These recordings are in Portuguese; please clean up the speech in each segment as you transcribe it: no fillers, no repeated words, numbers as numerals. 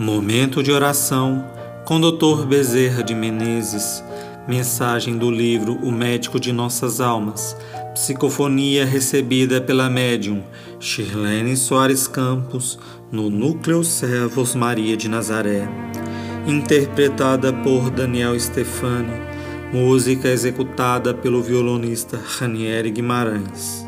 Momento de oração com Dr. Bezerra de Menezes. Mensagem do livro O Médico de Nossas Almas. Psicofonia recebida pela médium Shirlene Soares Campos no Núcleo Servos Maria de Nazaré. Interpretada por Daniel Stefani. Música executada pelo violonista Ranieri Guimarães.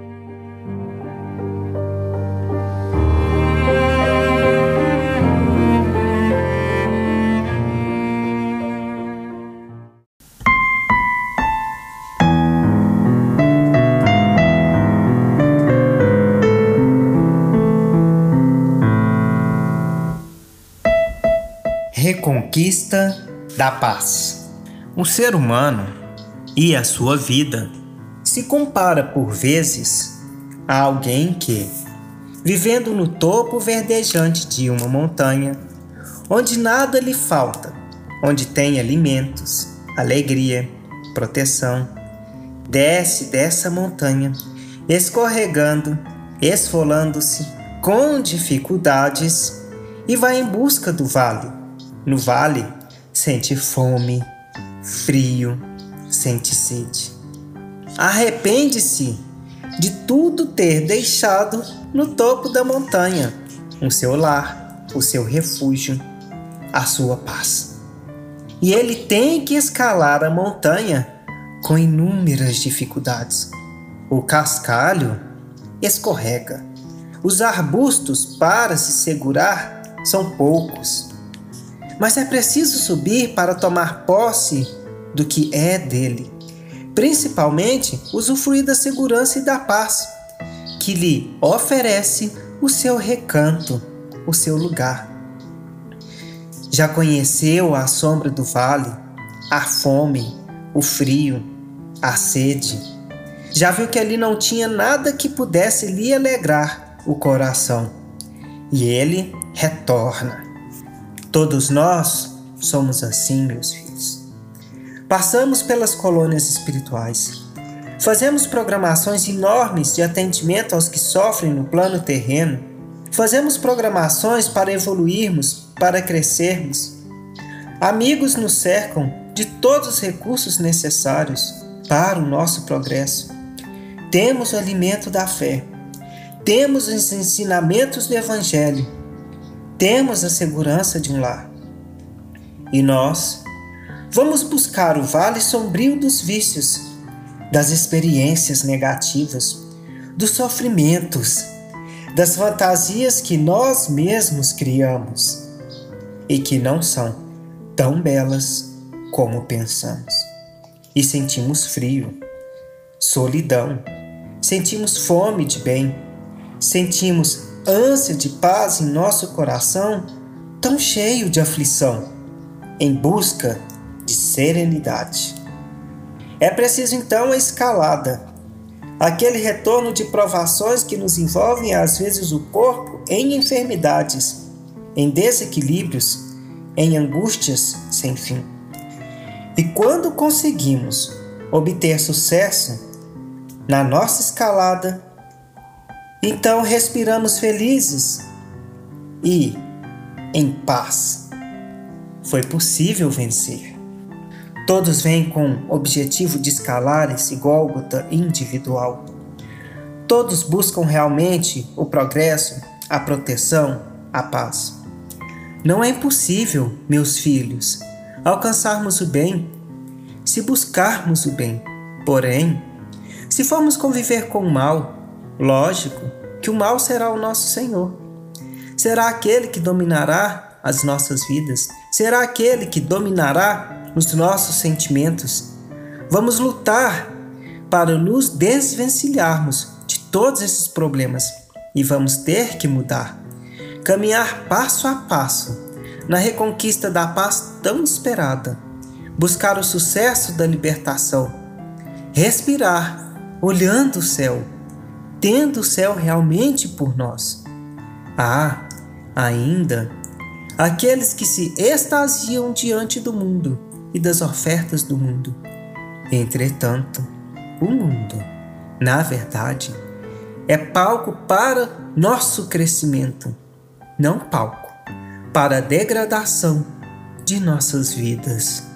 Reconquista da paz. O ser humano e a sua vida se compara por vezes a alguém que, vivendo no topo verdejante de uma montanha, onde nada lhe falta, onde tem alimentos, alegria, proteção, desce dessa montanha, escorregando, esfolando-se, com dificuldades, e vai em busca do vale. No vale, sente fome, frio, sente sede. Arrepende-se de tudo ter deixado no topo da montanha, o seu lar, o seu refúgio, a sua paz. E ele tem que escalar a montanha com inúmeras dificuldades. O cascalho escorrega. Os arbustos para se segurar são poucos. Mas é preciso subir para tomar posse do que é dele, principalmente usufruir da segurança e da paz que lhe oferece o seu recanto, o seu lugar. Já conheceu a sombra do vale, a fome, o frio, a sede. Já viu que ali não tinha nada que pudesse lhe alegrar o coração. E ele retorna. Todos nós somos assim, meus filhos. Passamos pelas colônias espirituais. Fazemos programações enormes de atendimento aos que sofrem no plano terreno. Fazemos programações para evoluirmos, para crescermos. Amigos nos cercam de todos os recursos necessários para o nosso progresso. Temos o alimento da fé. Temos os ensinamentos do Evangelho. Temos a segurança de um lar. E nós vamos buscar o vale sombrio dos vícios, das experiências negativas, dos sofrimentos, das fantasias que nós mesmos criamos e que não são tão belas como pensamos. E sentimos frio, solidão, sentimos fome de bem, sentimos ânsia de paz em nosso coração tão cheio de aflição, em busca de serenidade. É preciso então a escalada, aquele retorno de provações que nos envolvem às vezes o corpo em enfermidades, em desequilíbrios, em angústias sem fim. E quando conseguimos obter sucesso na nossa escalada, então respiramos felizes e em paz. Foi possível vencer. Todos vêm com o objetivo de escalar esse Gólgota individual. Todos buscam realmente o progresso, a proteção, a paz. Não é impossível, meus filhos, alcançarmos o bem se buscarmos o bem. Porém, se formos conviver com o mal, lógico que o mal será o nosso Senhor. Será aquele que dominará as nossas vidas. Será aquele que dominará os nossos sentimentos. Vamos lutar para nos desvencilharmos de todos esses problemas e vamos ter que mudar. Caminhar passo a passo na reconquista da paz tão esperada. Buscar o sucesso da libertação. Respirar, olhando o céu, tendo o céu realmente por nós. Há, ainda, aqueles que se extasiam diante do mundo e das ofertas do mundo. Entretanto, o mundo, na verdade, é palco para nosso crescimento, não palco para a degradação de nossas vidas.